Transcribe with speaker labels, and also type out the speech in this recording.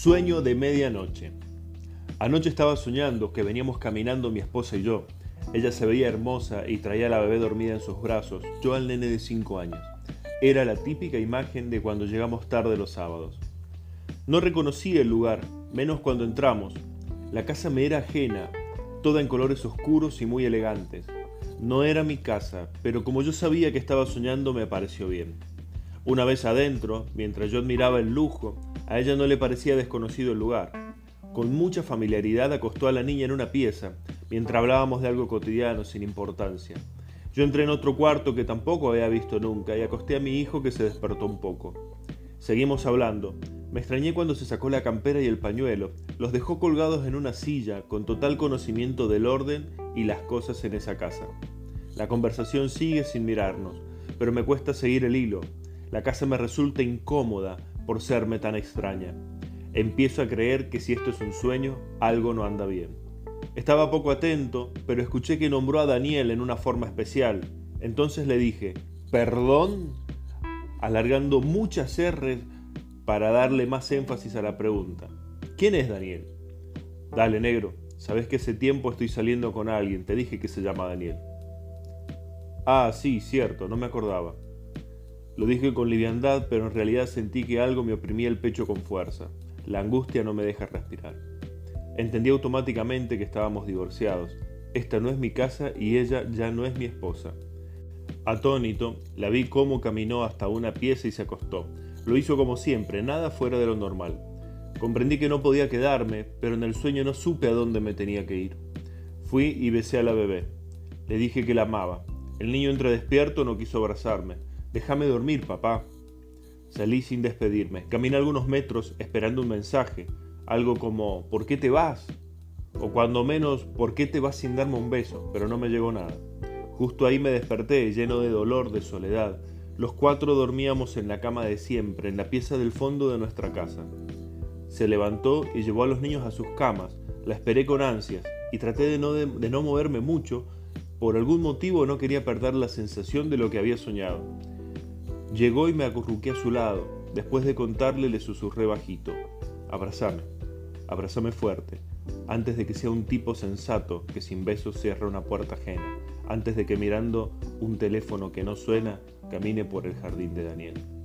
Speaker 1: Sueño de medianoche. Anoche estaba soñando que veníamos caminando mi esposa y yo. Ella se veía hermosa y traía a la bebé dormida en sus brazos, yo al nene de 5 años. Era la típica imagen de cuando llegamos tarde los sábados. No reconocí el lugar, menos cuando entramos. La casa me era ajena, toda en colores oscuros y muy elegantes. No era mi casa, pero como yo sabía que estaba soñando me pareció bien. Una vez adentro, mientras yo admiraba el lujo, a ella no le parecía desconocido el lugar. Con mucha familiaridad acostó a la niña en una pieza, mientras hablábamos de algo cotidiano sin importancia. Yo entré en otro cuarto que tampoco había visto nunca y acosté a mi hijo que se despertó un poco. Seguimos hablando. Me extrañé cuando se sacó la campera y el pañuelo. Los dejó colgados en una silla, con total conocimiento del orden y las cosas en esa casa. La conversación sigue sin mirarnos, pero me cuesta seguir el hilo. La casa me resulta incómoda por serme tan extraña. Empiezo a creer que si esto es un sueño, algo no anda bien. Estaba poco atento, pero escuché que nombró a Daniel en una forma especial. Entonces le dije, ¿perdón? Alargando muchas R's para darle más énfasis a la pregunta. ¿Quién es Daniel? Dale, negro, sabes que hace tiempo estoy saliendo con alguien, te dije que se llama Daniel. Ah, sí, cierto, no me acordaba. Lo dije con liviandad, pero en realidad sentí que algo me oprimía el pecho con fuerza. La angustia no me deja respirar. Entendí automáticamente que estábamos divorciados. Esta no es mi casa y ella ya no es mi esposa. Atónito, la vi cómo caminó hasta una pieza y se acostó. Lo hizo como siempre, nada fuera de lo normal. Comprendí que no podía quedarme, pero en el sueño no supe a dónde me tenía que ir. Fui y besé a la bebé. Le dije que la amaba. El niño entre despierto no quiso abrazarme. Déjame dormir, papá. Salí sin despedirme. Caminé algunos metros esperando un mensaje. Algo como, ¿por qué te vas? O cuando menos, ¿por qué te vas sin darme un beso? Pero no me llegó nada. Justo ahí me desperté, lleno de dolor, de soledad. Los 4 dormíamos en la cama de siempre, en la pieza del fondo de nuestra casa. Se levantó y llevó a los niños a sus camas. La esperé con ansias y traté de no moverme mucho. Por algún motivo no quería perder la sensación de lo que había soñado. Llegó y me acurruqué a su lado. Después de contarle, le susurré bajito. Abrázame, abrázame fuerte, antes de que sea un tipo sensato que sin besos cierra una puerta ajena, antes de que mirando un teléfono que no suena, camine por el jardín de Daniel.